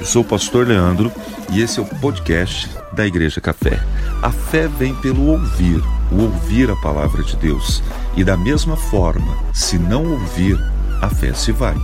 Eu sou o pastor Leandro e esse é o podcast da Igreja Café. A fé vem pelo ouvir a palavra de Deus. E da mesma forma, se não ouvir, a fé se vai.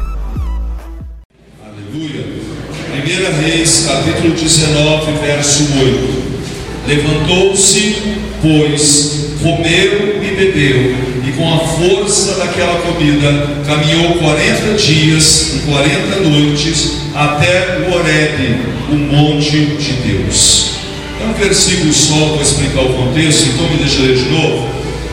Aleluia. 1 Reis, capítulo 19, verso 8. Levantou-se, pois, comeu e bebeu, e com a força daquela comida caminhou 40 dias e 40 noites até o Horebe, o monte de Deus. É um versículo só para explicar o contexto, então me deixa ler de novo.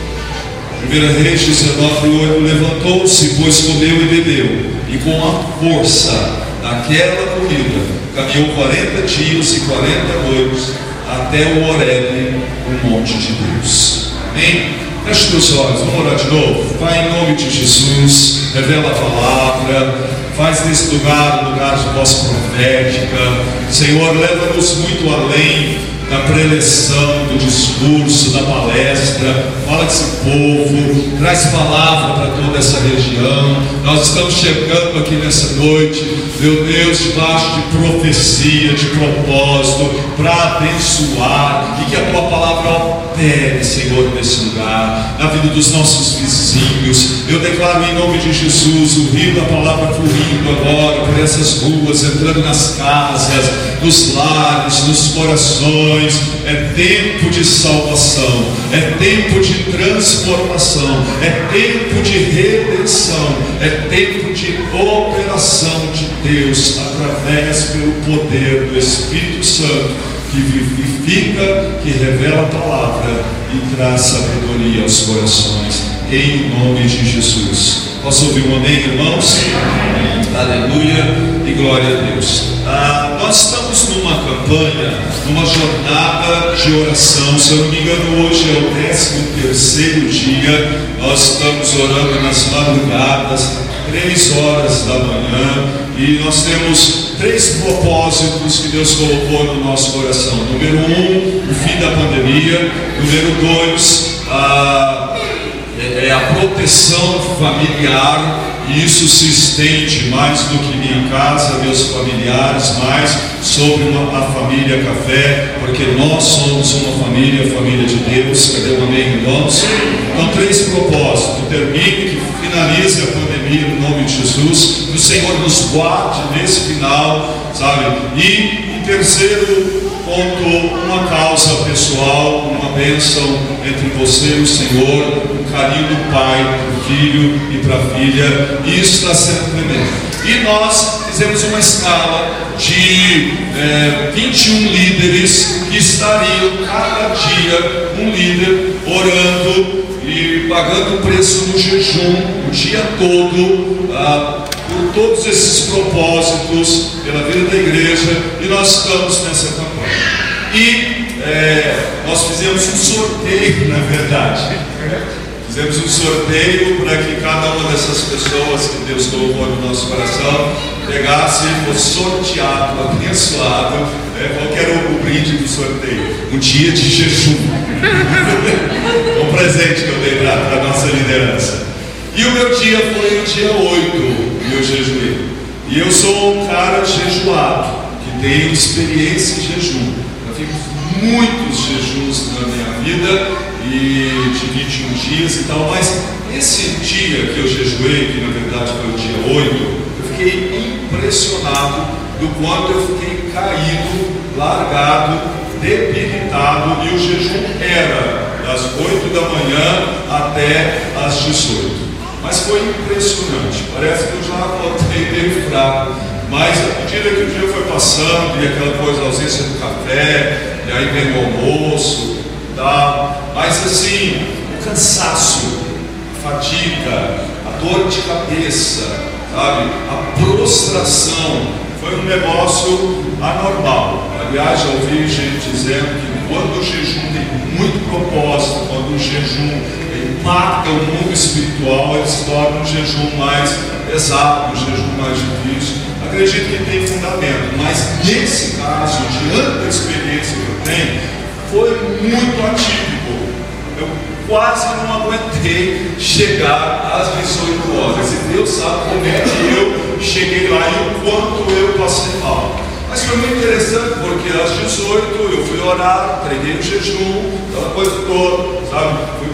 1 Reis 19, 8. Levantou-se, pois comeu e bebeu, e com a força daquela comida caminhou 40 dias e 40 noites até o Horebe, o monte de Deus. Amém? Feche teus olhos, vamos orar de novo. Pai, em nome de Jesus, revela a palavra, faz desse lugar um lugar de voz profética. Senhor, leva-nos muito além da preleção, do discurso, da palestra. Fala desse povo, traz palavra para toda essa região. Nós estamos chegando aqui nessa noite, meu Deus, debaixo de profecia, de propósito, para abençoar, e que a tua palavra opere, Senhor, nesse lugar, na vida dos nossos vizinhos. Eu declaro em nome de Jesus o rio da palavra fluindo agora por essas ruas, entrando nas casas, nos lares, nos corações. É tempo de salvação, é tempo de transformação, é tempo de redenção, é tempo de operação de Deus através pelo poder do Espírito Santo, que vivifica, que revela a palavra e traz sabedoria aos corações, em nome de Jesus. Posso ouvir um amém, irmãos? Amém. Aleluia e glória a Deus. Nós estamos numa campanha, numa jornada de oração. Se eu não me engano, hoje é o 13º dia. Nós estamos orando nas madrugadas, 3 horas da manhã, e nós temos 3 propósitos que Deus colocou no nosso coração. Número 1, o fim da pandemia. Número 2, a proteção familiar, e isso se estende mais do que minha casa, meus familiares, mais sobre a família Café, porque nós somos uma família de Deus. Cadê o amém, irmãos? Então, 3 propósitos: termine, que finalize a pandemia no nome de Jesus, que o Senhor nos guarde nesse final, sabe? E em terceiro ponto, uma causa pessoal, uma bênção entre você e o Senhor, um carinho do pai para o filho e para a filha. E isso está sendo tremendo. E nós fizemos uma escala de 21 líderes que estariam cada dia, um líder orando e pagando o preço no jejum o dia todo, por todos esses propósitos, pela vida da igreja. E nós estamos nessa campanha. E nós fizemos um sorteio, na verdade. Fizemos um sorteio para que cada uma dessas pessoas que Deus colocou no nosso coração pegasse e fosse sorteado, abençoado. Qual que era o brinde do sorteio? Um dia de jejum. Um presente que eu dei para a nossa liderança. E o meu dia foi no dia 8, e eu jejuei. E eu sou um cara jejuado, que tem experiência em jejum. Eu fiz muitos jejuns na minha vida, e de 21 dias e tal, mas esse dia que eu jejuei, que na verdade foi o dia 8, eu fiquei impressionado do quanto eu fiquei caído, largado, debilitado, e o jejum era das 8 da manhã até as 18. Mas foi impressionante, parece que eu já voltei meio fraco, mas à medida que o dia foi passando, e aquela coisa, a ausência do café, e aí vem o almoço, mas assim, o cansaço, a fadiga, a dor de cabeça, sabe? A prostração, foi um negócio anormal. Aliás, já ouvi gente dizendo que quando o jejum tem muito propósito, quando o jejum impacta o mundo espiritual, ele se torna um jejum mais pesado, um jejum mais difícil. Acredito que tem fundamento, mas nesse caso, diante da experiência que eu tenho, foi muito atípico. Eu quase não aguentei chegar às 18 horas. E Deus sabe como é que eu cheguei lá e o quanto eu passei mal. Mas foi muito interessante, porque às 18 eu fui orar, preguei o jejum, aquela coisa toda, sabe? Fui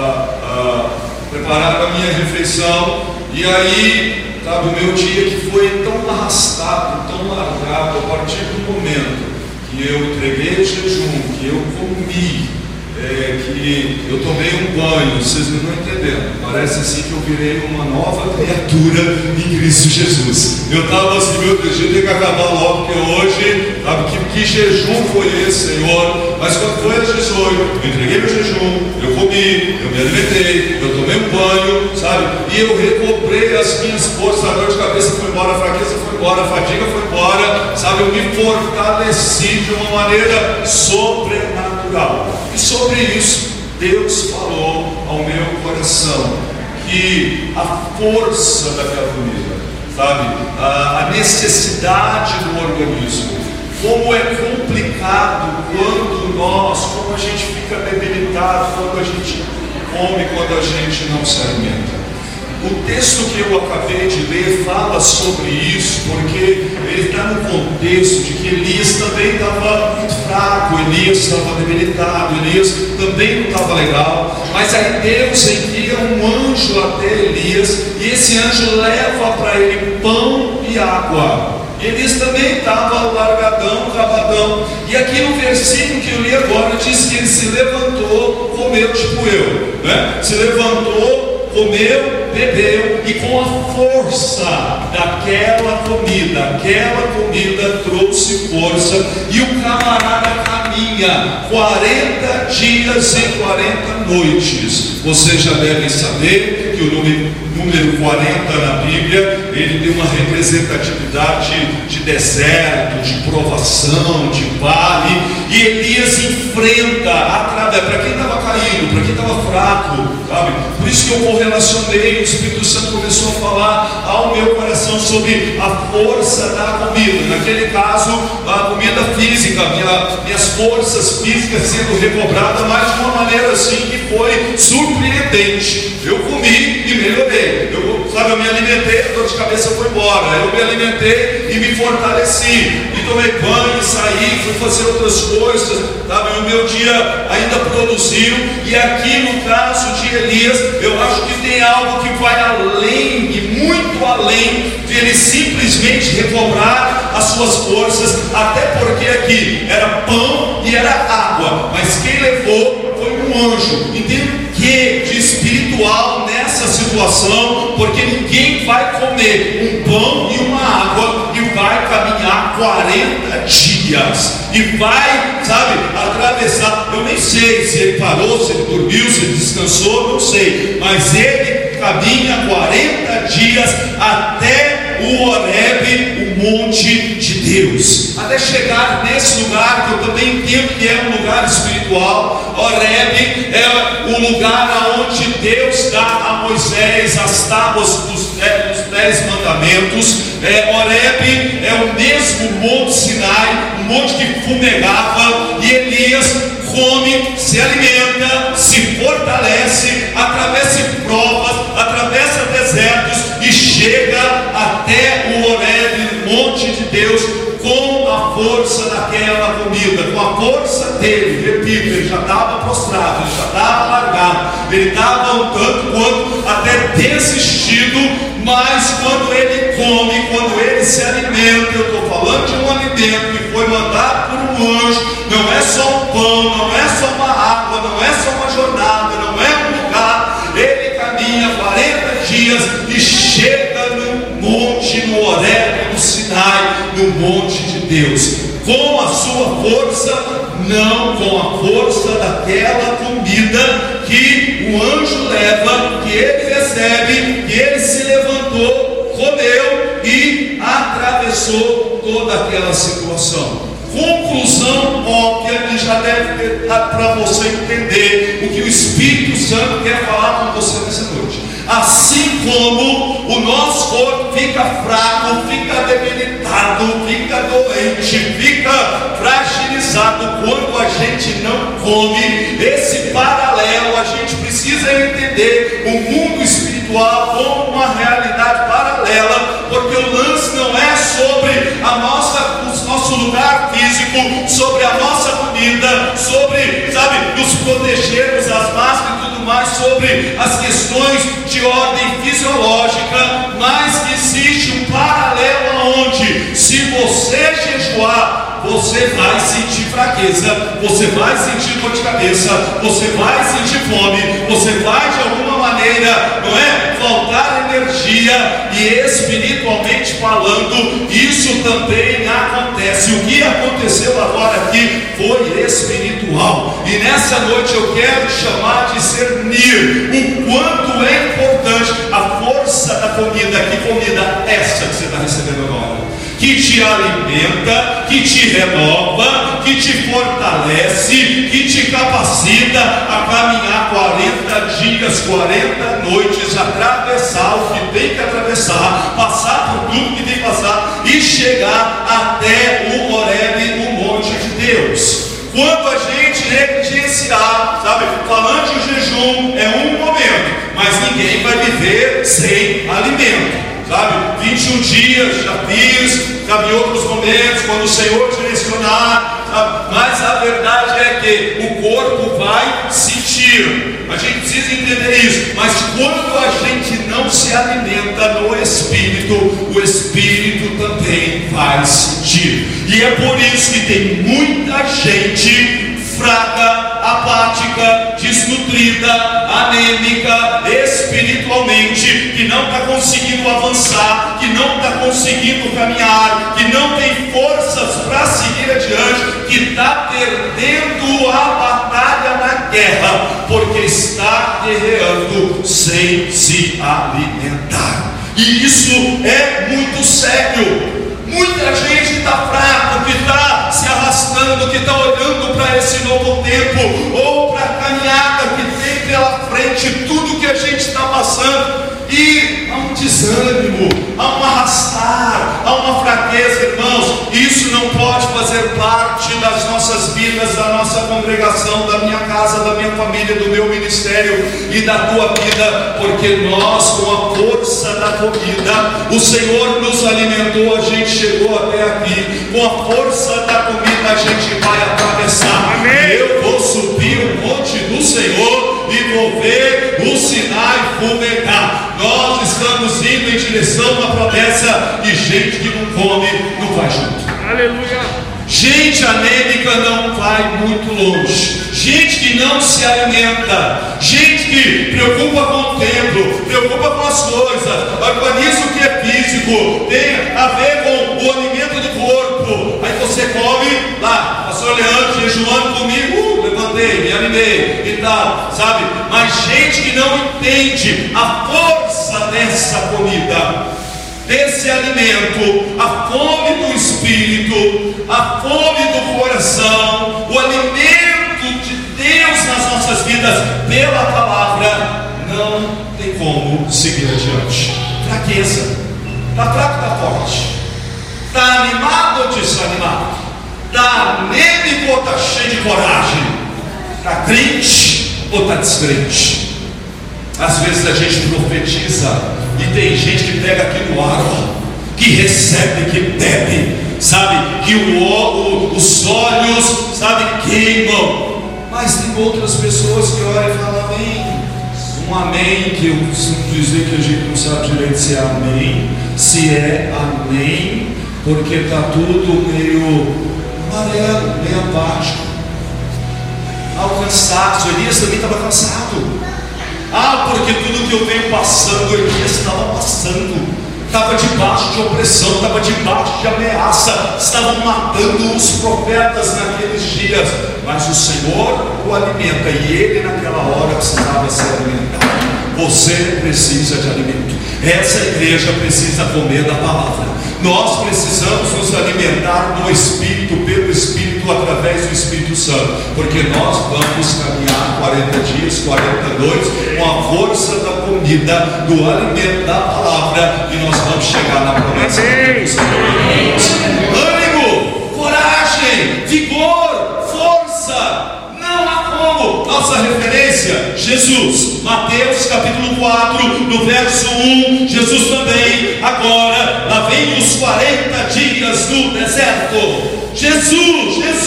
preparar a minha refeição, e aí, sabe, o meu dia que foi tão arrastado, tão largado, a partir do momento que eu entreguei o jejum, que eu comi, que eu tomei um banho, vocês não estão entendendo, parece assim que eu virei uma nova criatura em Cristo Jesus. Eu estava assim, meu Deus, eu tenho que acabar logo, porque hoje, sabe, que jejum foi esse, Senhor? Mas quando foi às 18, eu entreguei meu jejum, eu comi, eu me alimentei, eu tomei um banho, sabe, e eu recobrei as minhas forças, a dor de cabeça foi embora, a fraqueza foi embora, a fadiga foi embora, sabe, eu me fortaleci de uma maneira sobrenatural. E sobre isso, Deus falou ao meu coração que a força daquela comida, sabe, a necessidade do organismo, como é complicado como a gente fica debilitado quando a gente come, quando a gente não se alimenta. O texto que eu acabei de ler fala sobre isso, porque ele está no contexto de que Elias também estava muito fraco, Elias estava debilitado, Elias também não estava legal, mas aí Deus envia um anjo até Elias, e esse anjo leva para ele pão e água. Elias também estava largadão, rabadão, e aqui no versículo que eu li agora diz que ele se levantou, comeu, tipo eu, né? Se levantou, comeu, bebeu, e com a força daquela comida trouxe força, e o camarada caminha 40 dias e 40 noites. Vocês já devem saber que o número 40 na Bíblia, ele tem uma representatividade de deserto, de provação, de vale, e Elias enfrenta, através, para quem estava caído, para quem estava fraco, sabe? Por isso que eu correlacionei, o Espírito Santo começou a falar ao meu coração sobre a força da comida, naquele caso, a comida física, minhas forças físicas sendo recobradas, mas de uma maneira assim que foi surpreendente. Eu comi e melhorei, eu me alimentei, a dor de cabeça foi embora, eu me alimentei e me fortaleci, e tomei banho, saí, fui fazer outras coisas, sabe? O meu dia ainda produziu, e aqui no caso de Elias, eu acho que tem algo que vai além, e muito além, de ele simplesmente recobrar as suas forças, até porque aqui era pão e era água, mas quem levou foi um anjo. Entende o que de espiritual nessa situação? Porque ninguém vai comer um pão e uma água e vai caminhar 40 dias e vai, sabe, atravessar. Eu nem sei se ele parou, se ele dormiu, se ele descansou, não sei, mas ele caminha 40 dias até o Horebe, o monte de Deus, até chegar nesse lugar que eu também entendo que é um lugar espiritual. Horebe é o lugar onde Deus dá a Moisés as tábuas dos 10 mandamentos. Horebe é o mesmo monte Sinai, um monte que fumegava, e Elias come, se alimenta, se fortalece, atravessa provas, atravessa desertos e chega até o Horebe, monte de Deus, com a força daquela comida, com a força dele. Repito, ele já estava prostrado, ele já estava largado, ele estava um tanto quanto até desistido, mas quando ele come, quando ele se alimenta, eu estou falando de um alimento que foi mandado por um anjo, não é só um pão, não é só uma água, não é só uma jornada, não é um lugar. Ele caminha 40 dias e chega no monte, no Horebe, no Sinai, no monte de Deus, com a sua força, não com a força daquela comida que o anjo leva, que ele recebe, que ele se levantou, comeu e atravessou toda aquela situação. Conclusão óbvia que já deve ter para você entender o que o Espírito Santo quer falar com você nessa noite. Assim como o nosso corpo fica fraco, fica debilitado, fica doente, fica fragilizado quando a gente não come, esse paralelo a gente precisa entender o mundo espiritual como uma realidade paralela, porque o lance não é sobre a específico sobre a nossa comida, sobre, nos protegermos das máscaras e tudo mais, sobre as questões de ordem fisiológica, mas que existe um paralelo aonde, se você jejuar, você vai sentir fraqueza, você vai sentir dor de cabeça, você vai sentir fome, você vai de alguma maneira, faltar energia, e espiritualmente falando, isso também acontece. O que aconteceu agora aqui foi espiritual, e nessa noite eu quero chamar de discernir o quanto é importante a força da comida. Que comida essa que você está recebendo agora? Que te alimenta, que te renova, que te fortalece, que te capacita a caminhar 40 dias, 40 noites, atravessar o que tem que atravessar, passar por tudo que tem que passar e chegar até o Horebe, o monte de Deus. Quando a gente negligenciar, falando de jejum é um momento, mas ninguém vai viver sem alimento. 21 dias já fiz, em outros momentos, quando o Senhor direcionar, mas a verdade é que o corpo vai sentir, a gente precisa entender isso, mas quando a gente não se alimenta no Espírito, o Espírito também vai sentir, e é por isso que tem muita gente fraca, apática, desnutrida, anêmica, espiritualmente, que não está conseguindo avançar, que não está conseguindo caminhar, que não tem forças para seguir adiante, que está perdendo a batalha na guerra, porque está guerreando sem se alimentar. E isso é muito sério. Muita gente está fraco, que está se arrastando, que está olhando para esse novo tempo, ou para a caminhada que tem pela frente, tudo que a gente está passando, e há um desânimo, há um arrastar, há uma fraqueza, irmãos. Isso não pode fazer parte das nossas vidas, da nossa congregação, da minha casa, da minha família, do meu ministério e da tua vida, porque nós, com a força da comida, o Senhor nos alimentou, a gente chegou até aqui, com a força da comida a gente vai atravessar. Amém. Eu vou subir o monte do Senhor e vou ver o Sinai fumegar. Nós estamos indo em direção à promessa, e gente que não come não vai junto. Aleluia. Gente anêmica não vai muito longe. Gente que não se alimenta, gente que preocupa com o templo, preocupa com as coisas, organiza o que é físico, tem a ver com o alimento do corpo. Aí você come lá, pastor Leandro jejuando comigo, levantei, me animei e tal, mas gente que não entende a força dessa comida, desse alimento, a fome do espírito, a fome do coração, o alimento de Deus nas nossas vidas pela palavra, não tem como seguir adiante. Fraqueza, está fraco, está forte, está animado ou desanimado, está anêmico ou está cheio de coragem, está crente ou está descrente. Às vezes a gente profetiza e tem gente que pega aqui no ar, que recebe, que bebe, que os olhos, queimam. Mas tem outras pessoas que olham e falam amém. Um amém que eu costumo dizer que a gente não sabe direito se é amém, se é amém, porque está tudo meio amarelo, meio apático, alcançado. Elias também estava cansado. Porque tudo que eu venho passando, Elias estava passando, estava debaixo de opressão, estava debaixo de ameaça, estavam matando os profetas naqueles dias, mas o Senhor o alimenta, e ele naquela hora precisava se alimentar. Você precisa de alimento, essa igreja precisa comer da palavra. Nós precisamos nos alimentar do Espírito, pelo Espírito, através do Espírito Santo, porque nós vamos caminhar 40 dias, 40 noites, com a força da comida, do alimento da palavra, e nós vamos chegar na promessa do Senhor. Ânimo, coragem, vigor, força. Não há como. Nossa referência, Jesus, Mateus capítulo 4, no verso 1, Jesus também, agora, lá vem os 40 dias no deserto. Jesus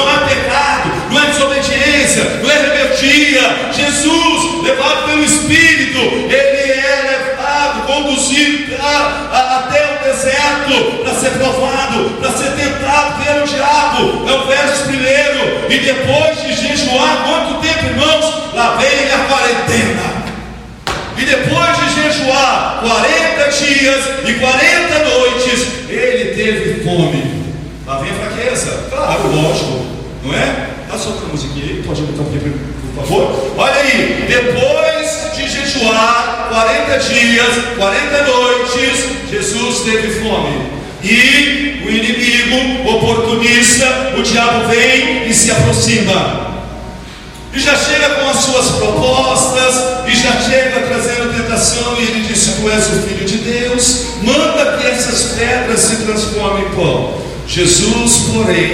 não é pecado, não é desobediência, não é rebeldia. Jesus, levado pelo Espírito, ele é levado, conduzido até o deserto para ser provado, para ser tentado pelo diabo. É o verso 1. E depois de jejuar, quanto tempo, irmãos? Lá vem a quarentena. E depois de jejuar 40 dias e 40 noites, ele teve fome. Lá vem a fraqueza, claro, lógico, não é? Dá só outra musiquinha aí, pode botar aqui, por favor. Olha aí, depois de jejuar 40 dias, 40 noites, Jesus teve fome. E o inimigo oportunista, o diabo vem e se aproxima. E já chega com as suas propostas, e já chega trazendo tentação, e ele disse: tu és o Filho de Deus, manda que essas pedras se transformem em pão. Jesus,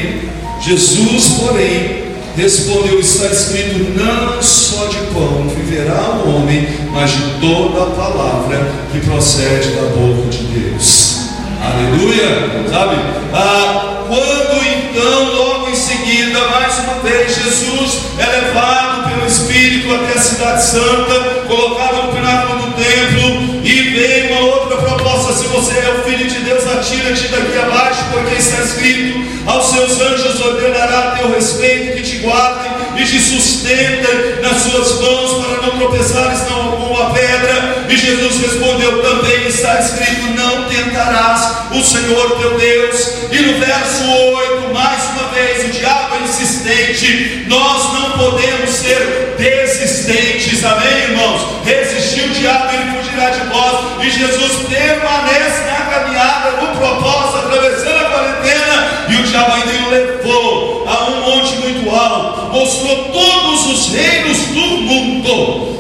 porém, respondeu: está escrito, não só de pão viverá o homem, mas de toda a palavra que procede da boca de Deus. Aleluia, sabe? Quando então, logo em seguida, mais uma vez, Jesus é levado pelo Espírito até a cidade santa, colocado no pináculo do templo, e vem uma outra proposta: se você é o Filho de Deus, atira-te daqui abaixo, porque está escrito, aos seus anjos ordenará a teu respeito, que te guardem e te sustentem nas suas mãos, para não tropeçares com a pedra. E Jesus respondeu: também está escrito, não tentarás o Senhor teu Deus. E no verso 8, mais uma vez, o diabo é insistente. Nós não podemos ser desistentes, amém, irmãos? Resistir o diabo, ele fugirá de vós. E Jesus permanece na caminhada, no propósito, atravessando a quarentena, e o diabo ainda o levou a um monte muito alto, mostrou todos os reinos do mundo,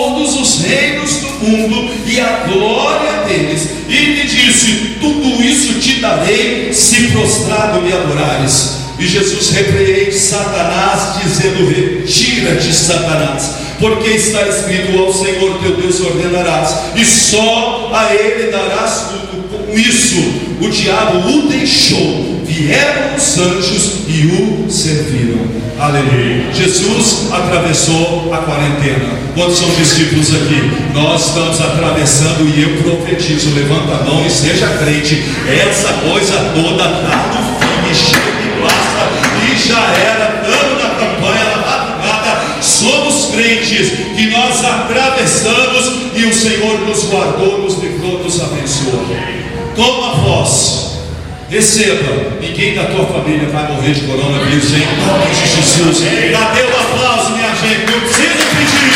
e a glória deles, e lhe disse: tudo isso te darei, se prostrado me adorares. E Jesus repreende Satanás, dizendo: retira-te, Satanás, porque está escrito, ao Senhor teu Deus ordenarás, e só a ele darás tudo. Com isso, o diabo o deixou, vieram os anjos e o serviram. Aleluia. Jesus atravessou a quarentena. Quantos são discípulos aqui? Nós estamos atravessando, e eu profetizo, levanta a mão e seja crente, essa coisa toda está no fim, chega e basta, e já era. Estamos na campanha, na madrugada, somos crentes, que nós atravessamos, e o Senhor nos guardou, nos livrou, nos abençoou. Toma posse, receba. Ninguém da tua família vai morrer de coronavírus, em nome de Jesus. Cadê o aplauso, minha gente? Não precisa pedir.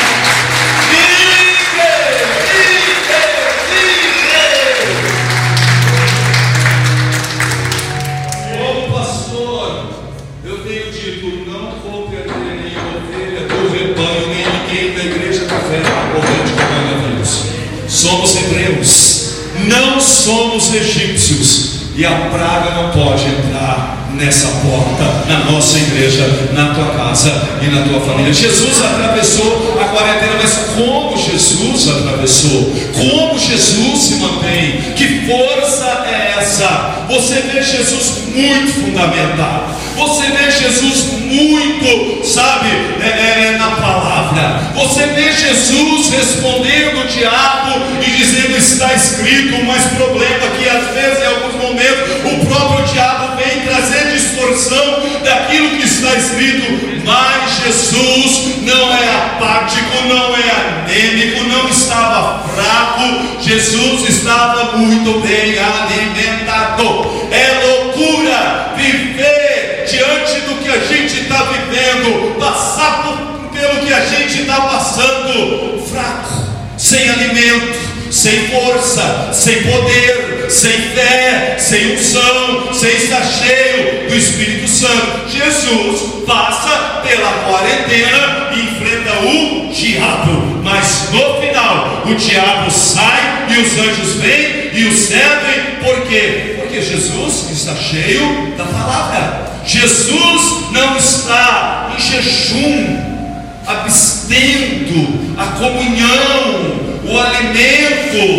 Como pastor, eu tenho dito: não vou perder nenhuma ovelha do rebanho, nem ninguém da Igreja Café vai morrer de coronavírus. Somos hebreus, não somos egípcios, e a praga não pode entrar nessa porta, na nossa igreja, na tua casa e na tua família. Jesus atravessou a quarentena, mas como Jesus atravessou? Como Jesus se mantém? Que força é essa? Você vê Jesus muito fundamentado, você vê Jesus muito, sabe, na palavra. Você vê Jesus respondendo o diabo e dizendo: está escrito. Mas problema que às vezes, em alguns momentos, o próprio diabo vem trazer distorção daquilo que está escrito. Mas Jesus não é apático, não é anêmico, não estava fraco. Jesus estava muito bem alimentado. É loucura viver diante do que a gente está vivendo, passar pelo que a gente está passando, fraco, sem alimento, sem força, sem poder, sem fé, sem unção, sem estar cheio do Espírito Santo. Jesus passa pela quarentena e enfrenta o diabo, mas no final o diabo sai e os anjos vêm e o servem. Por quê? Porque Jesus está cheio da palavra. Jesus não está em jejum, abstendo a comunhão, o alimento.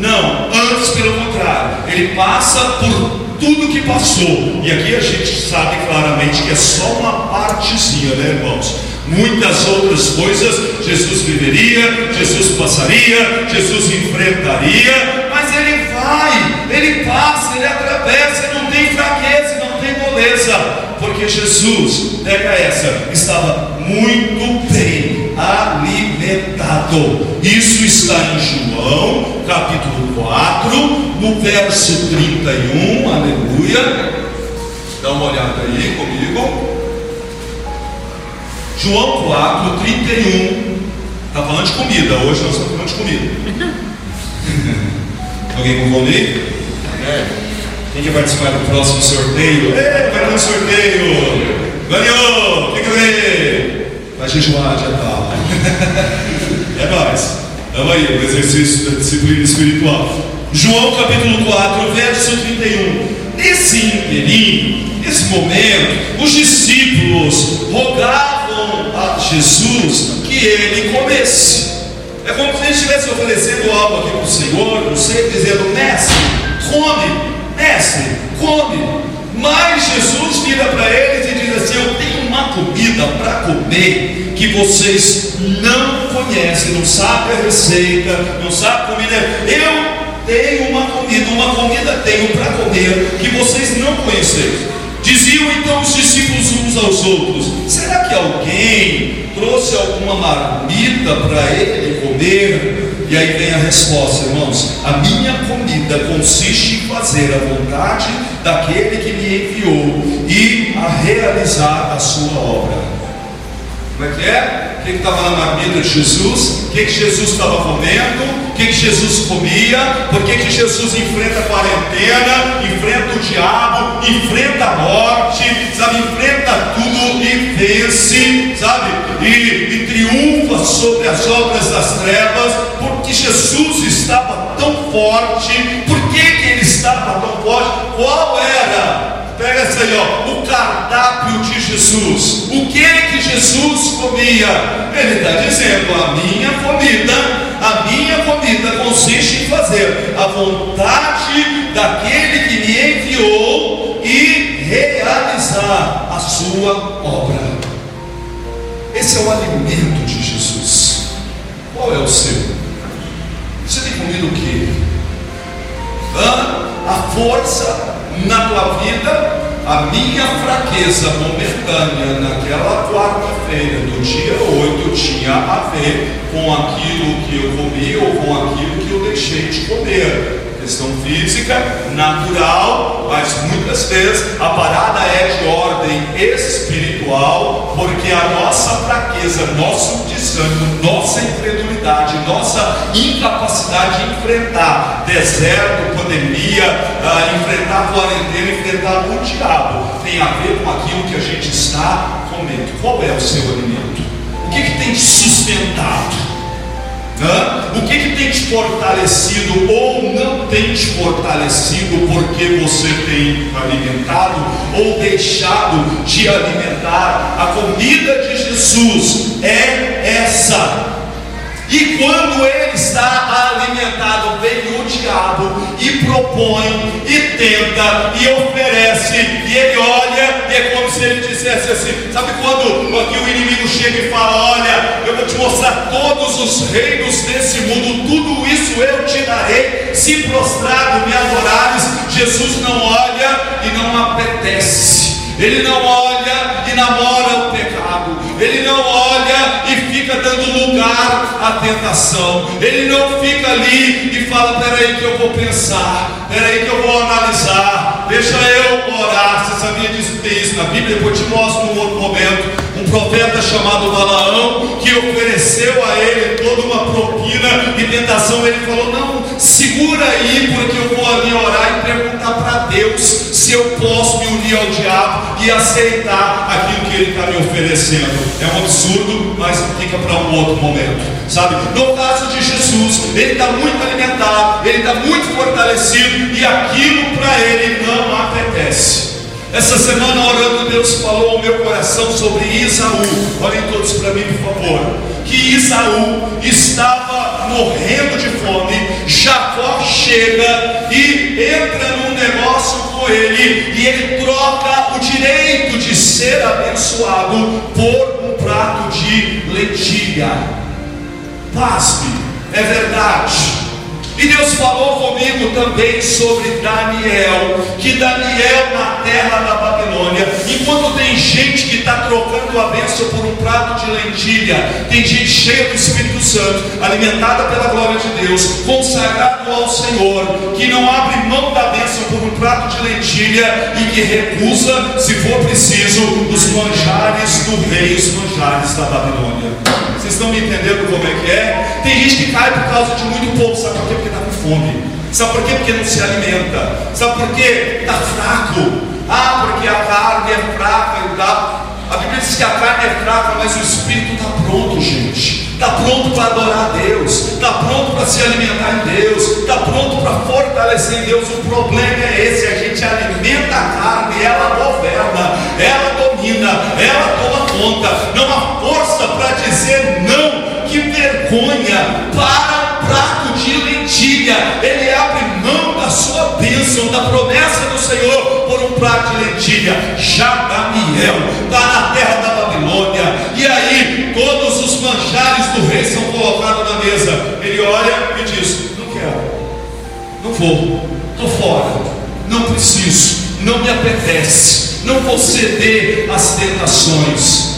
Não, antes pelo contrário, ele passa por tudo que passou. E aqui a gente sabe claramente que é só uma partezinha, né, irmãos? Muitas outras coisas Jesus viveria, Jesus passaria, Jesus enfrentaria, mas ele vai, ele passa, ele atravessa, não tem fraqueza, não tem moleza, porque Jesus, pega essa, estava muito bem alimentado. Isso está em João capítulo 4, no verso 31, aleluia. Dá uma olhada aí comigo. João 4, 31. Está falando de comida, hoje nós estamos falando de comida. Alguém com fome? Quem quer participar do próximo sorteio? Vai ter um sorteio! Ganhou! Quem quer ver? Vai jejuar, já tá. É nóis. Vamos aí, o exercício da disciplina espiritual. João capítulo 4, verso 31. Nesse inteirinho, nesse momento, os discípulos rogavam a Jesus que ele comesse. É como se ele estivesse oferecendo algo aqui para o Senhor, não sei, dizendo: mestre, come. Mas Jesus vira para eles e diz assim: eu tenho uma comida para comer que vocês não conhecem, não sabem a receita, não sabem a comida. Eu tenho uma comida tenho para comer que vocês não conhecem. Diziam então os discípulos uns aos outros: será que alguém trouxe alguma marmita para ele comer? E aí vem a resposta, irmãos: a minha comida consiste em fazer a vontade daquele que me enviou e a realizar a sua obra. Como é que é? O que estava na marmita de Jesus? O que Jesus estava comendo? O que Jesus comia? Por que Jesus enfrenta a quarentena, enfrenta o diabo, enfrenta a morte, sabe? Enfrenta tudo e vence, sabe? E triunfa sobre as obras das trevas, porque Jesus estava tão forte. Por que ele estava tão forte? Qual era? Pega essa aí, ó, o cardápio de Jesus. O que Jesus comia? Ele está dizendo: a minha comida consiste em fazer a vontade daquele que me enviou e realizar a sua obra. Esse é o alimento de Jesus. Qual é o seu? Você tem comido o quê? A força na tua vida. A minha fraqueza momentânea naquela quarta-feira do dia 8 tinha a ver com aquilo que eu comi ou com aquilo que eu deixei de comer. Questão física, natural, mas muitas vezes a parada é de ordem espiritual, porque a nossa fraqueza, nosso desânimo, nossa incredulidade, nossa incapacidade de enfrentar deserto, pandemia, enfrentar quarentena, enfrentar o diabo, tem a ver com aquilo que a gente está comendo. Qual é o seu alimento? O que tem te sustentado? O que tem te fortalecido ou não tem te fortalecido, porque você tem alimentado ou deixado de alimentar? A comida de Jesus é essa. E quando ele está alimentado, vem o diabo e propõe, e tenta, e oferece, e ele olha, e é como se ele dissesse assim: sabe quando aqui o inimigo chega e fala: olha, eu vou te mostrar todos os reinos desse mundo, tudo isso eu te darei, se prostrado me adorares. Jesus não olha e não apetece, ele não olha e namora o pecado, ele não olha e fica dando lugar à tentação, ele não fica ali e fala: peraí que eu vou pensar, peraí que eu vou analisar, deixa eu orar. Você sabia disso? Tem isso na Bíblia, depois te mostro num outro momento. Um profeta chamado Balaão, que ofereceu a ele toda uma propina e tentação, ele falou: não, segura aí, porque eu vou ali orar e perguntar para Deus se eu posso me unir ao diabo e aceitar aquilo que ele está me oferecendo. É um absurdo, mas fica para um outro momento, sabe? No caso de Jesus, ele está muito alimentado, ele está muito fortalecido, e aquilo para ele não apetece. Essa semana, orando, Deus falou ao meu coração sobre Isaú. Olhem todos para mim, por favor. Que que Esaú estava morrendo de fome. Jacó chega e entra num negócio com ele, e ele troca o direito de ser abençoado por um prato de lentilha. Pasme, é verdade. E Deus falou comigo também sobre Daniel, que Daniel na terra da Babilônia, enquanto tem gente que está trocando a bênção por um prato de lentilha, tem gente cheia do Espírito Santo, alimentada pela glória de Deus, consagrado ao Senhor, que não abre mão da bênção por um prato de lentilha e que recusa, se for preciso, os manjares do rei, os manjares da Babilônia. Vocês estão me entendendo como é que é? Tem gente que cai por causa de muito pouco. Sabe por quê? Porque está com fome. Sabe por quê? Porque não se alimenta. Sabe por quê? Está fraco. Porque a carne é fraca e tal. A Bíblia diz que a carne é fraca, mas o Espírito está pronto, gente. Está pronto para adorar a Deus. Está pronto para se alimentar em Deus. Está pronto para fortalecer em Deus. O problema é esse: a gente alimenta a carne, ela governa, ela domina, ela toma conta. Não há força para dizer não. Que vergonha para um prato de lentilha. Ele abre mão da sua bênção, da promessa do Senhor, por um prato de lentilha. Já Daniel está na terra da Babilônia, e aí todos os manjares do rei são colocados na mesa. Ele olha e diz: não quero, não vou, estou fora, não preciso, não me apetece, não vou ceder às tentações.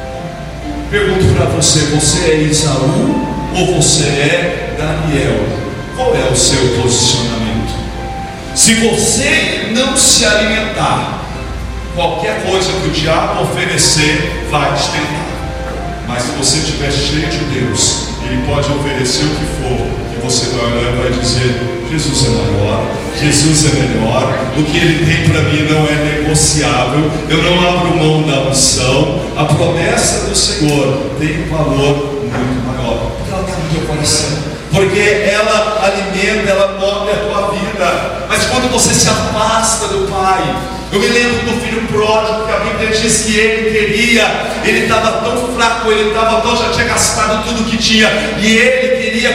Pergunto para você: você é Esaú ou você é Daniel? Qual é o seu posicionamento? Se você não se alimentar, qualquer coisa que o diabo oferecer vai te tentar. Mas se você estiver cheio de Deus, Ele pode oferecer o que for, que você vai olhar e vai dizer: Jesus é maior, Jesus é melhor, o que Ele tem para mim não é negociável, eu não abro mão da unção. A promessa do Senhor tem um valor muito maior, porque ela está no teu coração, porque ela alimenta, ela move a tua vida. Mas quando você se afasta do Pai, eu me lembro do filho pródigo, que a Bíblia diz que ele estava tão fraco, já tinha gastado tudo que tinha, e ele queria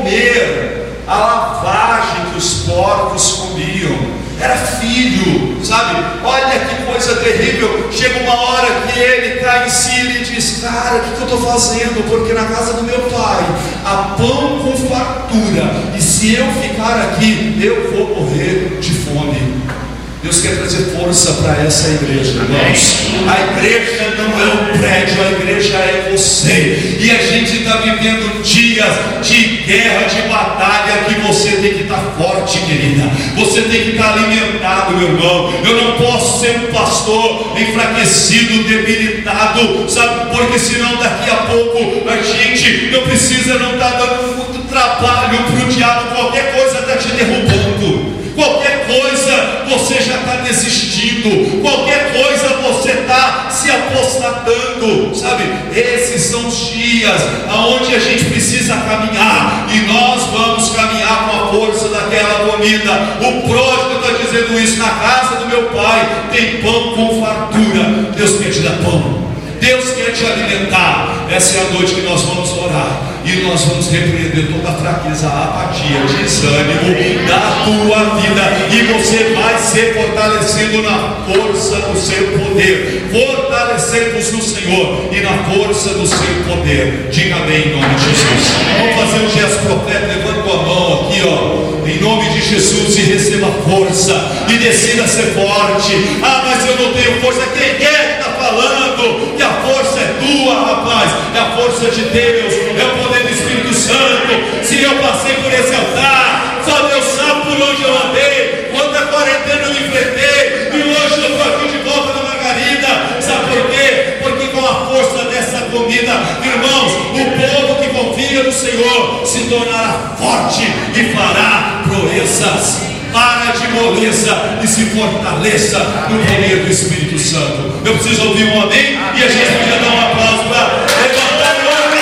comer a lavagem que os porcos comiam. Era filho, sabe? Olha que coisa terrível. Chega uma hora que ele cai em si e ele diz: cara, o que eu estou fazendo? Porque na casa do meu pai há pão com fartura, e se eu ficar aqui, eu vou morrer de fome. Deus quer trazer força para essa igreja, irmãos. A igreja não é um prédio, a igreja é você. E a gente está vivendo dias de guerra, de batalha, que você tem que estar forte, querida. Você tem que estar alimentado, meu irmão. Eu não posso ser um pastor enfraquecido, debilitado, sabe? Porque senão daqui a pouco a gente não precisa, não estar dando muito trabalho para o diabo. Qualquer coisa está te derrubando. Qualquer coisa você já está desistindo, qualquer coisa você está se apostatando, sabe? Esses são os dias aonde a gente precisa caminhar, e nós vamos caminhar com a força daquela comida. O pródigo está dizendo isso: na casa do meu pai tem pão com fartura. Deus quer te dar pão, Deus quer te alimentar. Essa é a noite que nós vamos orar, e nós vamos repreender toda a fraqueza, a apatia, o desânimo da tua vida, e você vai ser fortalecido na força do seu poder. Fortalecemos no Senhor e na força do seu poder. Diga amém em nome de Jesus. Vamos fazer um gesto profético. Levanta tua mão aqui, ó, em nome de Jesus, e receba força e decida ser forte. Mas eu não tenho força. Quem é que está falando que a força é tua, rapaz? É a força de Deus, é o poder do Espírito Santo. Se eu passei por esse altar, só Deus sabe por onde eu andei, quanta quarentena eu enfrentei, e hoje eu estou aqui de volta na Margarida. Sabe por quê? Porque com a força dessa comida, irmãos, o povo que confia no Senhor se tornará forte e fará proezas. Para de moleza e se fortaleça no poder do Espírito Santo. Eu preciso ouvir um amém, e a gente podia dar um aplauso para levantar o nome.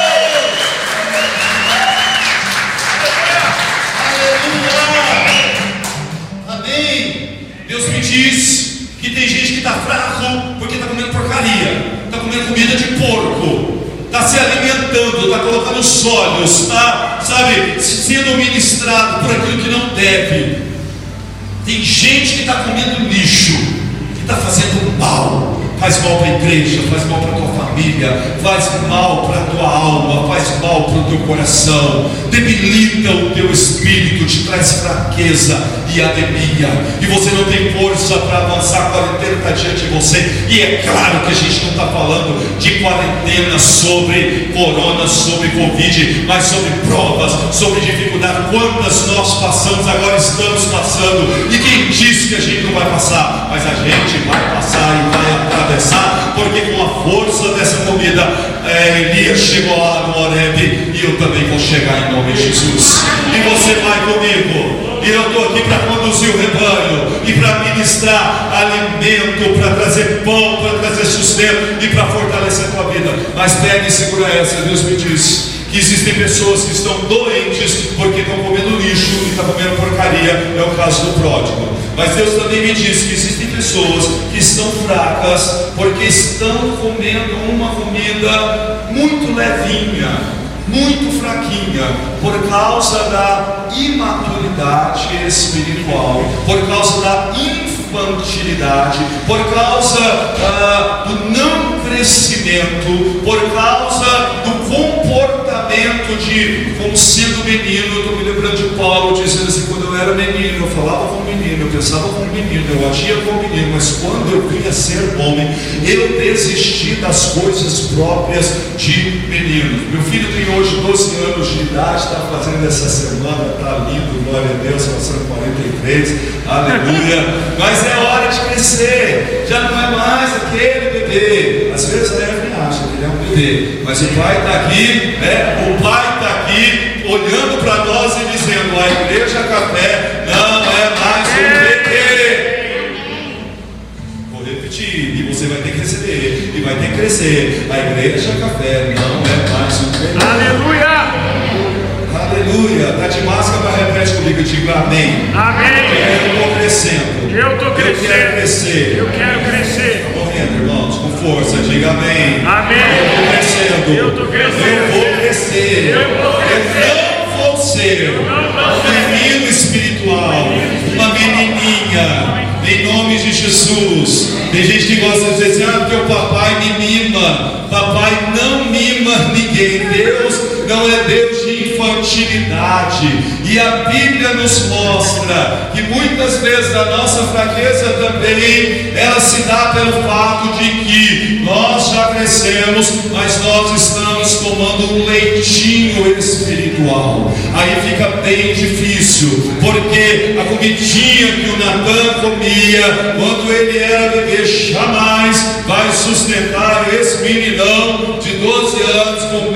Aleluia! Amém. Deus me diz que tem gente que está fraco porque está comendo porcaria, está comendo comida de porco. está se alimentando, está colocando os olhos, está, sabe, sendo ministrado por aquilo que não deve. Tem gente que está comendo lixo, que está fazendo mal. Faz mal para a igreja, faz mal para a tua família, faz mal para a tua alma, faz mal para o teu coração, debilita o teu espírito, te traz fraqueza e anemia, e você não tem força para avançar. A quarentena está diante de você, e é claro que a gente não está falando de quarentena sobre corona, sobre covid, mas sobre provas, sobre dificuldade. Quantas nós passamos, agora estamos passando, e quem disse que a gente não vai passar? Mas a gente vai passar e vai atravessar, porque com a força dessa comida, Elias chegou lá no Horebe, e eu também vou chegar em nome de Jesus, e você vai comigo. E eu estou aqui para conduzir o rebanho, e para ministrar alimento, para trazer pão, para trazer sustento, e para fortalecer a tua vida. Mas pega e segura essa. Deus me diz que existem pessoas que estão doentes porque estão comendo lixo e estão comendo porcaria. É o caso do pródigo. Mas Deus também me diz que existem pessoas que estão fracas porque estão comendo uma comida muito levinha, muito fraquinha, por causa da imaturidade espiritual, por causa da infantilidade, por causa do não crescimento, por causa do comportamento de como sendo menino. Eu estou me lembrando de Paulo dizendo assim: quando eu era menino, eu falava como menino, eu pensava como menino, eu agia como menino, mas quando eu vinha ser homem, eu desisti das coisas próprias de menino. Meu filho tem hoje 12 anos de idade, está fazendo essa semana, está lindo, glória a Deus, passando 43, aleluia. Mas é hora de crescer, já não é mais aquele bebê. Às vezes a Evelyn acha que ele é um bebê, mas o pai está aqui, o pai está aqui olhando para nós e dizendo: a Igreja Café não é mais um bebê. Vou repetir, e você vai ter que receber, e vai ter que crescer. A Igreja Café não é mais um bebê. Aleluia! Aleluia! Está de máscara, mas repete comigo, eu digo amém. Amém! Eu estou crescendo. Eu estou crescendo. Eu quero crescer. Eu quero crescer. Está morrendo, irmãos, com força, diga amém. Amém! Eu estou crescendo. Eu estou crescendo. Eu vou crescer. Eu vou crescer. Eu não vou ser um menino espiritual, uma menininha, em nome de Jesus. Tem gente que gosta de dizer assim: porque o papai me mima. Papai não mima ninguém. Deus não é Deus de infantilidade. E a Bíblia nos mostra que muitas vezes a nossa fraqueza também, ela se dá pelo fato de que nós já crescemos, mas nós estamos tomando um leitinho espiritual. Aí fica bem difícil, porque a comidinha que o Natan comia quando ele era bebê jamais vai sustentar esse meninão de 12 anos com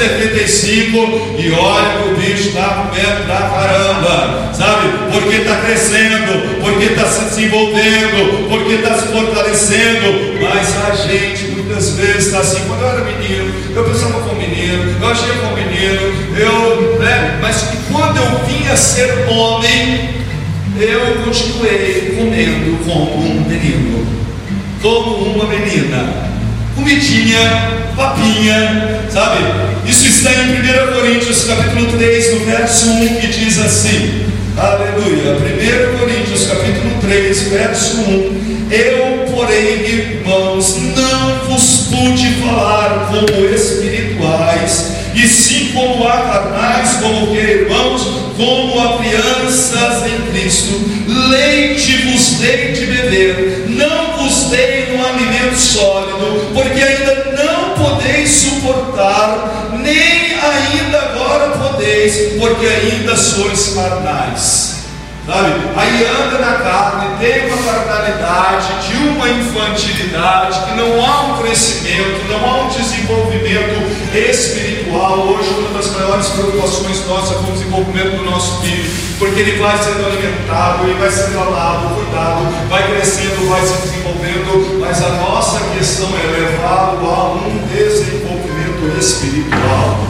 1,75 m, e olha que o bicho está comendo pra caramba, sabe? Porque está crescendo, porque está se desenvolvendo, porque está se fortalecendo. Mas a gente muitas vezes está assim: quando eu era menino, eu pensava como menino, eu achei como menino, mas quando eu vinha ser homem, eu continuei comendo como um menino, como uma menina, comidinha, papinha, sabe? Isso está em 1 Coríntios capítulo 3, no verso 1, que diz assim, aleluia, 1 Coríntios capítulo 3, verso 1: eu, porém, irmãos, não vos pude falar como espirituais, e sim como a carnais, como que, irmãos, como a crianças em Cristo. Leite vos dei de beber, não vos dei no alimento sólido, porque ainda não podeis suportar, nem ainda agora podeis, porque ainda sois carnais. Sabe? Aí anda na carne, tem uma carnalidade, de uma infantilidade, que não há um crescimento, não há um desenvolvimento espiritual. Hoje uma das maiores preocupações nossas é com o desenvolvimento do nosso filho, porque ele vai sendo alimentado, ele vai sendo amado, cuidado, vai crescendo, vai se desenvolvendo, mas a nossa questão é levá-lo a um desenvolvimento espiritual.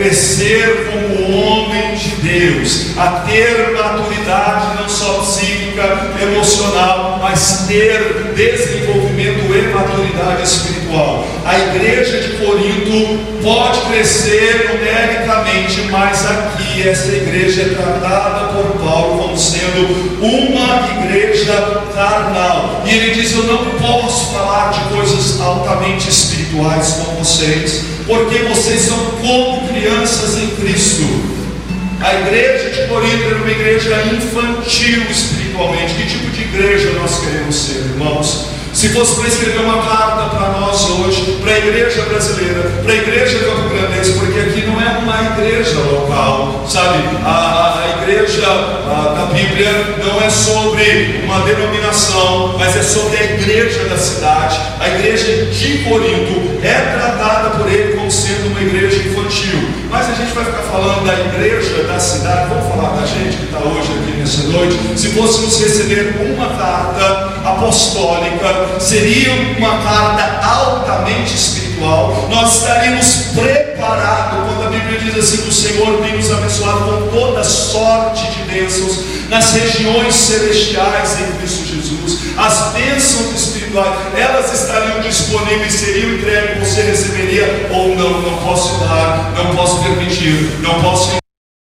Crescer como homem de Deus, a ter maturidade não só psíquica, física, emocional, mas ter desenvolvimento e maturidade espiritual. A igreja de Corinto pode crescer numericamente, mas aqui essa igreja é tratada por Paulo como sendo uma igreja carnal. E ele diz: eu não posso falar de coisas altamente espirituais com vocês, porque vocês são como crianças em Cristo. A igreja de Corinto era uma igreja infantil espiritualmente. Que tipo de igreja nós queremos ser, irmãos? Se fosse para escrever uma carta para nós hoje, para a igreja brasileira, para a igreja campo-grandense, porque aqui não é uma igreja local, sabe? A igreja da Bíblia não é sobre uma denominação, mas é sobre a igreja da cidade. A igreja de Corinto é tratada por ele como sendo uma igreja infantil. Mas a gente vai ficar falando da igreja da cidade. Vamos falar da gente que está hoje aqui nessa noite. Se fôssemos receber uma carta apostólica, seria uma carta altamente espiritual. Nós estaríamos preparados quando a Bíblia diz assim: que o Senhor tem nos abençoado com toda sorte de bênçãos nas regiões celestiais em Cristo Jesus. As bênçãos espirituais, elas estariam disponíveis, seriam entregues, você receberia ou não. Não posso dar, não posso permitir, não posso.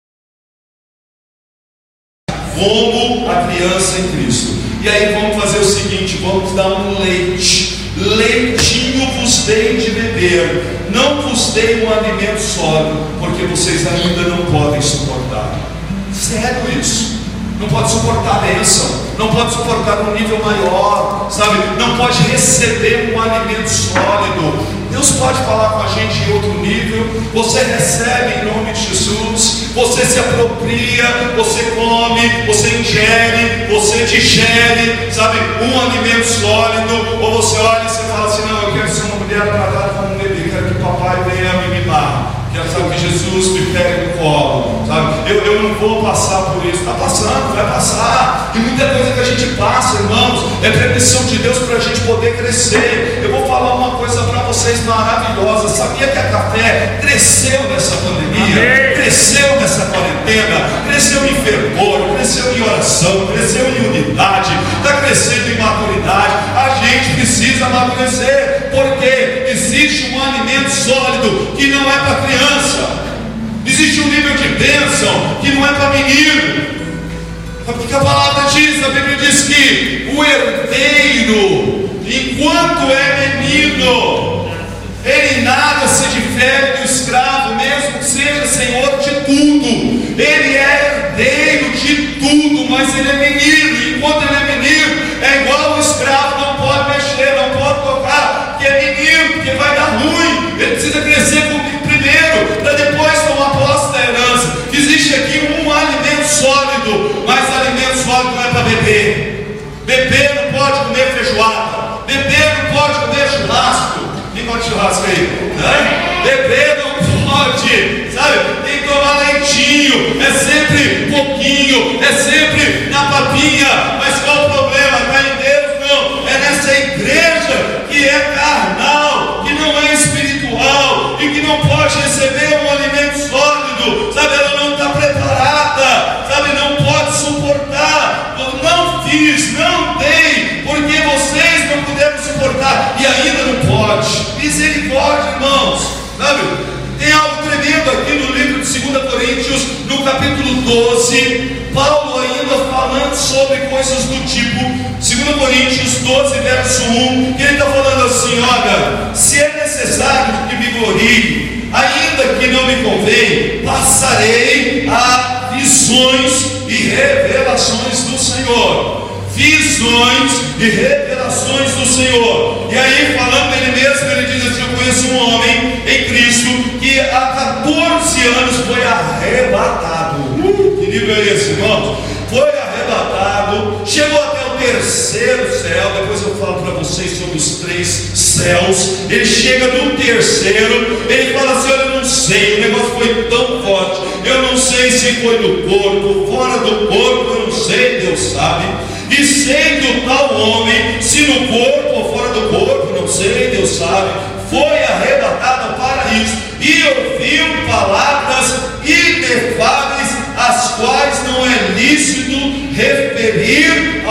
Como a criança em Cristo. E aí vamos fazer o seguinte: vamos dar um leite. Leitinho vos dei de beber, não vos dei um alimento sólido, porque vocês ainda não podem suportar. Sério isso? Não pode suportar a bênção, não pode suportar um nível maior, sabe? Não pode receber um alimento sólido. Deus pode falar com a gente em outro nível. Você recebe em nome de Jesus, você se apropria, você come, você ingere, você digere, sabe? Um alimento sólido. Ou você olha e você fala assim: não, eu quero ser uma mulher tratada como um bebê, quero que o papai venha me mimar, quero saber que Jesus me pegue no colo, sabe? Eu não vou passar por isso. Está passando, vai passar. E muita coisa que a gente passa, irmãos, é permissão de Deus para a gente poder crescer. Eu vou falar uma coisa para vocês maravilhosa. Sabia que a Café cresceu nessa pandemia? Amém. Cresceu nessa quarentena, cresceu em fervor, cresceu em oração, cresceu em unidade, está crescendo em maturidade. A gente precisa amadurecer, porque existe um alimento sólido que não é para criança. Existe um nível de bênção que não é para menino. Porque a palavra diz, a Bíblia diz que o herdeiro, enquanto é menino, ele nada se difere do escravo, mesmo que seja senhor de tudo. Ele é herdeiro de tudo, mas ele é menino. Enquanto ele é menino, é igual o escravo, não pode mexer, não pode tocar, porque é menino, porque vai dar ruim. Ele precisa crescer primeiro, para depois tomar posse da herança. Existe aqui um alimento sólido, mas alimento sólido não é para beber. Bebê não pode comer feijoada, bebê não pode comer churrasco. Quem gosta de churrasco aí? Bebê não pode, sabe? Tem que tomar leitinho, é sempre pouquinho, é sempre na papinha. Mas qual o problema? Está em Deus? Não, é nessa igreja que é carnal, que não é espiritual e que não pode receber um alimento sólido, sabe? Ela não está preparada, sabe? Não pode suportar. Eu não fiz, não dei, porque vocês não puderam suportar e ainda não pode. Misericórdia, irmãos, sabe? Tem algo tremendo aqui no livro de 2 Coríntios, no capítulo 12, Paulo ainda falando sobre coisas do tipo, 2 Coríntios 12, verso 1, que ele está falando assim: olha, se é necessário que me glorie, ainda que não me convém, passarei a visões e revelações do Senhor. Visões e revelações do Senhor. E aí, falando dele mesmo, ele diz assim: eu conheço um homem em Cristo que há 14 anos foi arrebatado. Que nível é esse, irmãos? Foi arrebatado, chegou até o terceiro céu. Depois eu falo para vocês sobre os 3 céus. Ele chega no terceiro, ele fala assim: olha, eu não sei, o negócio foi tão forte, eu não sei se foi no corpo, fora do corpo, eu não sei, Deus sabe. E sendo tal homem, se no corpo ou fora do corpo, não sei, Deus sabe, foi arrebatado ao paraíso e ouviu palavras inefáveis, as quais não é lícito referir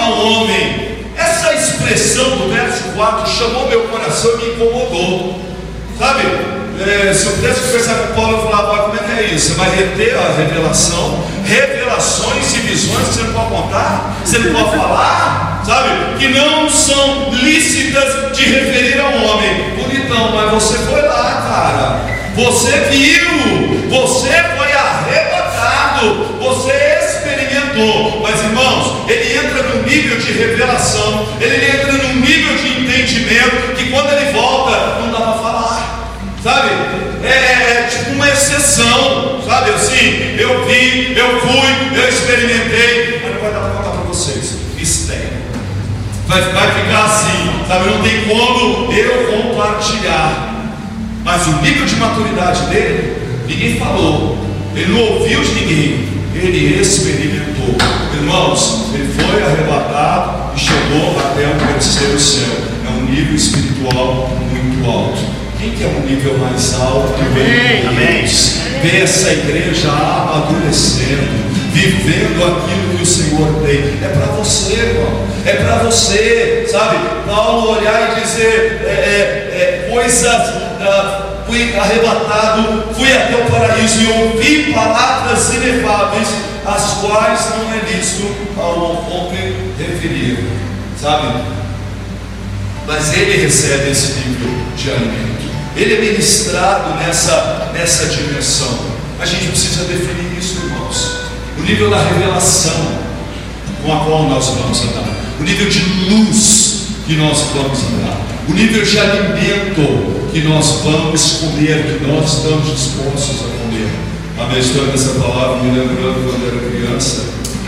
expressão do verso 4 chamou meu coração e me incomodou. Sabe? Se eu pudesse conversar com o Paulo, eu falava: como é que é isso? Você vai reter a revelação, revelações e visões que você não pode contar, você não pode falar, sabe? Que não são lícitas de referir a um homem. Bonitão, mas você foi lá, cara. Você viu, você foi arrebatado, você experimentou. Mas, irmãos, ele entra num nível de revelação, ele entra num nível de entendimento que quando ele volta, não dá para falar, sabe? É tipo uma exceção, sabe? Assim, eu vi, eu fui, eu experimentei, mas não vai dar para contar para vocês. Mistério. Vai ficar assim, sabe? Não tem como eu compartilhar. Mas o nível de maturidade dele, ninguém falou, ele não ouviu de ninguém, ele experimentou. Irmãos, ele foi arrebatado e chegou até o terceiro céu. É um nível espiritual muito alto. Quem quer um nível mais alto? Amém. Vê essa igreja amadurecendo, vivendo aquilo que o Senhor tem. É para você, irmão. É para você, sabe? Paulo olhar e dizer coisas. Fui arrebatado, fui até o paraíso e ouvi palavras inefáveis, as quais não é lícito ao homem referir, sabe? Mas ele recebe esse nível de alimento, ele é ministrado nessa dimensão. A gente precisa definir isso, irmãos. O nível da revelação com a qual nós vamos andar, o nível de luz que nós vamos andar, o nível de alimento que nós vamos comer, que nós estamos dispostos a comer. A minha história dessa palavra me lembrando quando eu era criança.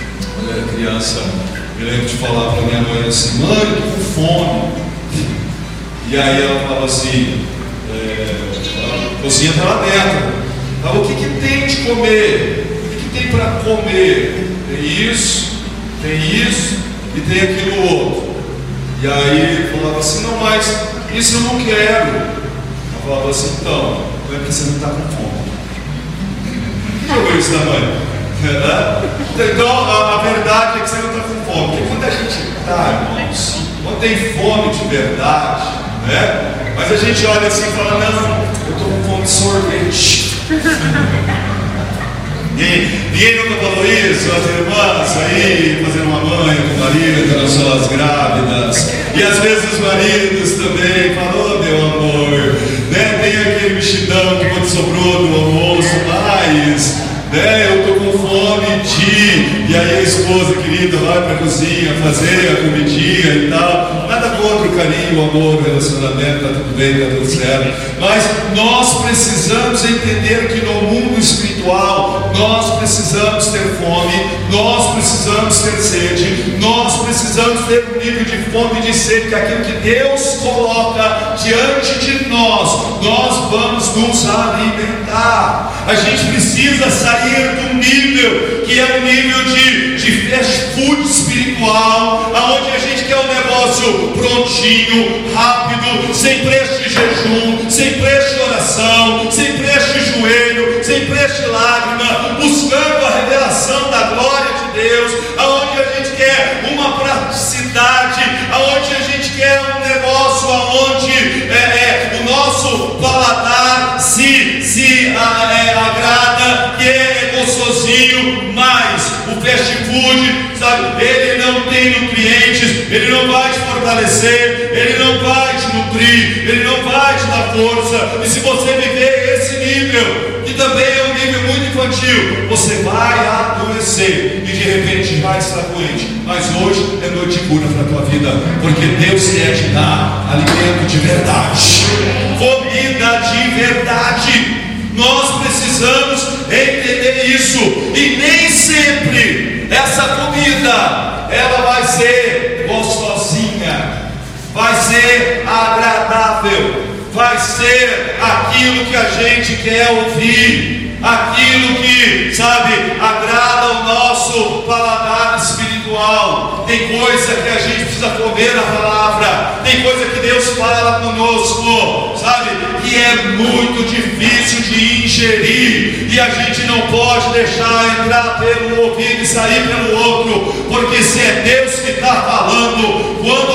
Eu lembro de falar para minha mãe assim: mãe, eu estou com fome. E aí ela falava assim: a cozinha está lá dentro. Fala: o que tem de comer? O que tem para comer? Tem isso e tem aquilo outro. E aí eu falava assim: não, mas isso eu não quero. Eu falava assim: então, não é porque você não está com fome. Que jogou isso na mãe? Então a verdade é que você não está com fome. Porque quando a gente está, irmãos, quando tem fome de verdade, né? Mas a gente olha assim e fala: não, eu estou com fome de sorvete. Ninguém nunca falou isso? As irmãs aí fazendo uma mãe com o marido, as suas grávidas, e às vezes os maridos também falam: oh, meu amor, né? Tem aquele mexidão que quando sobrou do almoço, mas né, eu tô com fome de. E aí a esposa querida vai para a cozinha fazer a comidinha e tal. Nada contra o carinho, o amor, o relacionamento, tá tudo bem, tá tudo certo. Mas nós precisamos entender que no mundo espiritual nós precisamos ter fome, nós precisamos ter sede, nós precisamos ter um nível de fome e de sede, que aquilo que Deus coloca diante de nós, nós vamos nos alimentar. A gente precisa sair do nível que é um nível de fast food espiritual, aonde a gente quer um negócio prontinho, rápido, sem preço de jejum, sem preço de oração, sem preço de joelho, sem preço de lágrima, buscando a revelação da glória de Deus, aonde a gente quer uma praticidade, aonde a gente quer um negócio aonde o nosso paladar se agrada, que é gostosinho, mas o fast food, sabe, ele não tem nutrientes, ele não vai te fortalecer, ele não vai te nutrir, ele não vai te dar força. E se você viver esse nível, que também é um nível muito infantil, você vai adoecer e de repente vai estar doente. Mas hoje é noite de cura para a tua vida, porque Deus quer te dar alimento de verdade, comida de verdade. Nós precisamos entender isso, e nem sempre essa comida ela vai ser gostosinha, vai ser agradável, vai ser aquilo que a gente quer ouvir, aquilo que, sabe, agrada o nosso paladar espiritual. Tem coisa que a gente precisa comer na palavra, tem coisa que Deus fala conosco, sabe, que é muito difícil de ingerir, e a gente não pode deixar entrar pelo ouvido e sair pelo outro, porque se é Deus que está falando, quando Deus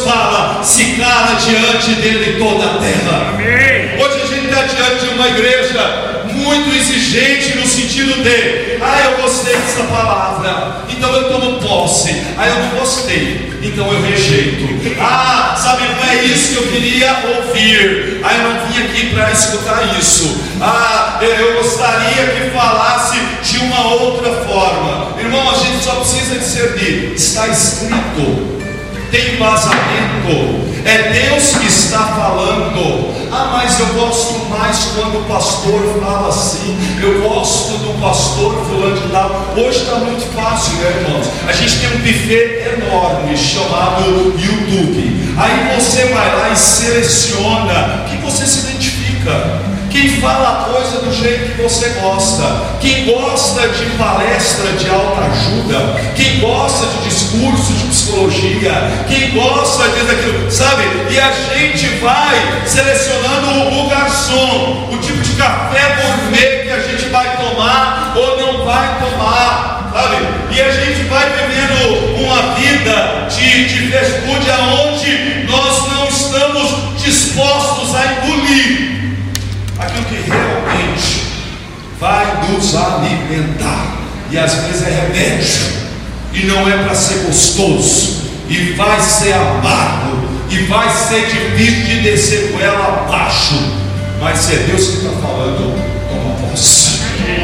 fala, se cala diante dele toda a terra. Amém. Hoje a gente está diante de uma igreja muito exigente no sentido de: eu gostei dessa palavra, então eu tomo posse. Eu não gostei, então eu rejeito. Sabe, não é isso que eu queria ouvir. Eu não vim aqui para escutar isso. Eu gostaria que falasse de uma outra forma. Irmão, a gente só precisa discernir. Está escrito, tem embasamento, é Deus que está falando. Mas eu gosto mais quando o pastor fala assim, eu gosto do pastor fulano de tal. Hoje está muito fácil, né, irmãos? A gente tem um buffet enorme chamado YouTube. Aí você vai lá e seleciona que você se identifica. Quem fala a coisa do jeito que você gosta, quem gosta de palestra de autoajuda, quem gosta de discurso de psicologia, quem gosta daquilo, sabe? E a gente vai selecionando o garçom, o tipo de café gourmet que a gente vai tomar ou não vai tomar, sabe? E a gente vai vivendo uma vida de fast food aonde nós não estamos dispostos a engolir aquilo que realmente vai nos alimentar. E às vezes é remédio, e não é para ser gostoso, e vai ser amargo, e vai ser difícil de descer com ela abaixo. Mas se é Deus que está falando, toma posse.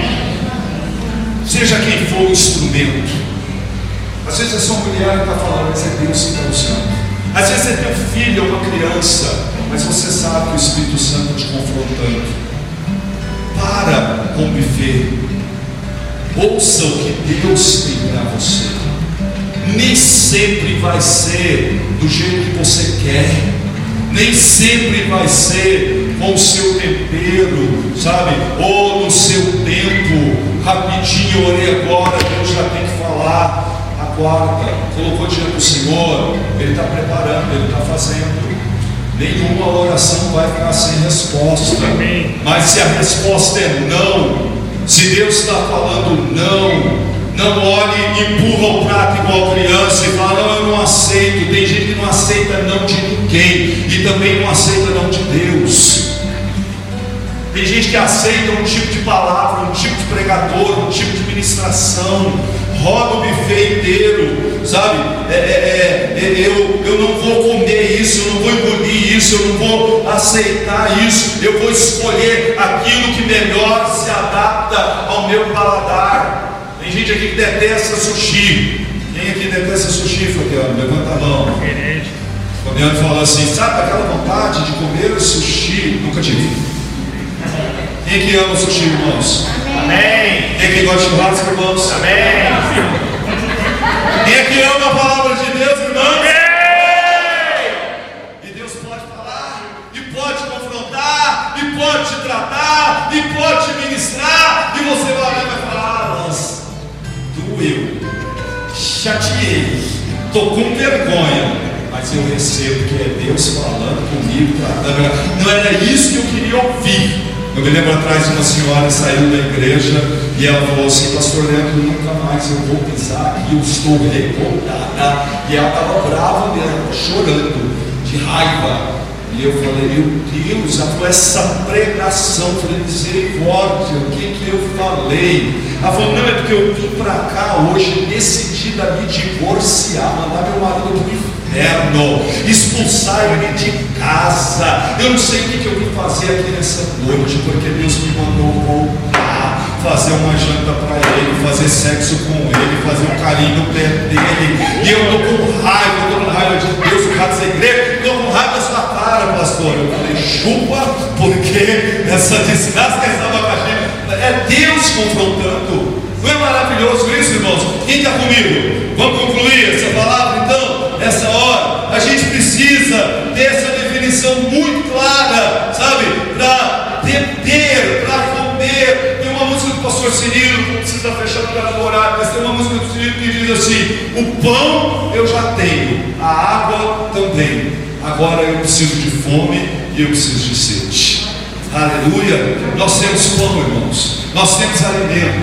Seja quem for o instrumento. Às vezes é só uma mulher que está falando, mas é Deus que está usando. Às vezes é teu filho ou uma criança, mas você sabe que o Espírito Santo está te confrontando. Para com o buffet. Ouça o que Deus tem para você. Nem sempre vai ser do jeito que você quer. Nem sempre vai ser com o seu tempero, sabe? Ou no seu tempo. Rapidinho, eu orei agora, Deus já tem que falar. Aguarda, colocou diante do Senhor, Ele está preparando, Ele está fazendo. Nenhuma oração vai ficar sem resposta. Amém. Mas se a resposta é não, se Deus está falando não olhe e empurra o prato igual criança e fala: não, eu não aceito. Tem gente que não aceita não de ninguém e também não aceita não de Deus. Tem gente que aceita um tipo de palavra, um tipo de pregador, um tipo de ministração, roda o buffet inteiro, sabe? Eu não vou comer isso, eu não vou engolir isso, eu não vou aceitar isso, eu vou escolher aquilo que melhor se adapta ao meu paladar. Tem gente aqui que detesta sushi. Quem aqui detesta sushi, Fabiano? Levanta a mão. Fabiano fala assim: sabe aquela vontade de comer sushi? Nunca tive. Quem que ama o sushi, irmãos? Amém. Quem que gosta de churrasco, irmãos? Amém. Quem que ama a palavra de Deus, irmãos? Amém. E Deus pode falar, e pode confrontar, e pode te tratar, e pode te ministrar, e você vai olhar e vai falar: nossa, doeu, chateei, estou com vergonha, mas eu recebo que é Deus falando comigo, tratando. Não era isso que eu queria ouvir. Eu me lembro atrás, uma senhora saiu da igreja e ela falou assim: pastor Leandro, nunca mais eu vou pisar aqui, eu estou revoltada. E ela estava brava mesmo, chorando de raiva. E eu falei: meu Deus, ela falou: essa pregação, eu falei: misericórdia, o que eu falei? Ela falou: não, é porque eu vim para cá hoje decidida a me divorciar, mandar meu marido para o inferno, expulsar ele de casa. Eu não sei o que eu vim fazer aqui nessa noite, porque Deus me mandou voltar, fazer uma janta para ele, fazer sexo com ele, fazer um carinho no pé dele. E eu estou com raiva de Deus, por causa dessa igreja. Estou com raiva da sua cara, pastor. Eu falei: chupa, porque essa desgraça, essa abacaxi, é Deus confrontando. Não é maravilhoso isso, irmãos? Quem está comigo? Vamos concluir essa palavra então? Essa hora, a gente precisa ter essa definição muito clara, sabe? Para beber, para comer. Tem uma música do pastor Cirilo, não precisa fechar no lugar do horário, mas tem uma música do Cirilo que diz assim: o pão eu já tenho, a água também. Agora eu preciso de fome e eu preciso de sede. Aleluia! Nós temos pão, irmãos. Nós temos alimento.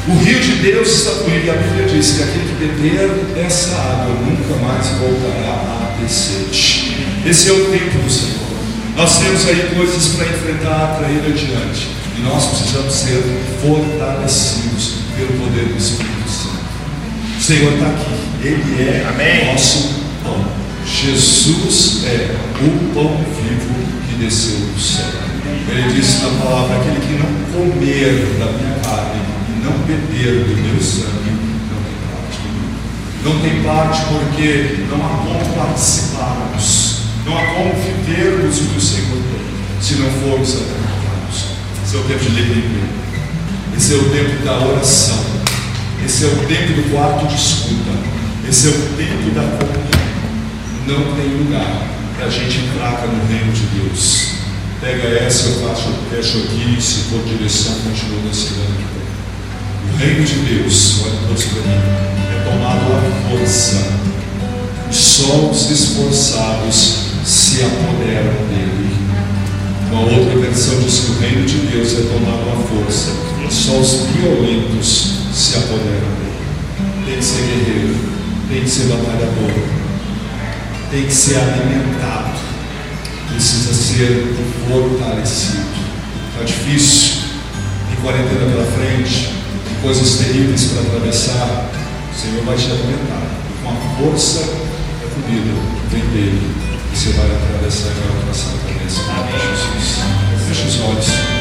O rio de Deus está fluindo, e a Bíblia diz que aquele que beber dessa água nunca mais voltará a ter sede. Esse é o tempo do Senhor. Nós temos aí coisas para enfrentar, para ir adiante, e nós precisamos ser fortalecidos pelo poder do Espírito Santo. O Senhor está aqui, Ele é o nosso pão. Jesus é o pão vivo que desceu do céu. Ele disse na palavra: aquele que não comer da minha carne e não beber do meu sangue não tem parte comigo. Não tem parte porque não há como participarmos, não há como vivermos o que o Senhor tem se não formos alimentados. Esse é o tempo de alegria, esse é o tempo da oração, esse é o tempo do quarto de escuta, esse é o tempo da comunhão. Não tem lugar para a gente entrar no reino de Deus. Pega essa, eu fecho aqui, se for direção, continua descendo aqui. O reino de Deus, olha todos para mim, é tomado à força, e só os esforçados se apoderam dele. Uma outra versão diz que o reino de Deus é tomado à força, e só os violentos se apoderam dele. Tem que ser guerreiro, tem que ser batalhador, tem que ser alimentado, precisa ser fortalecido. Está difícil, tem quarentena pela frente, tem coisas terríveis para atravessar. O Senhor vai te alimentar, e com a força da comida vem dele, e você vai atravessar e vai passar por esse. Amém, Jesus. Feche os olhos.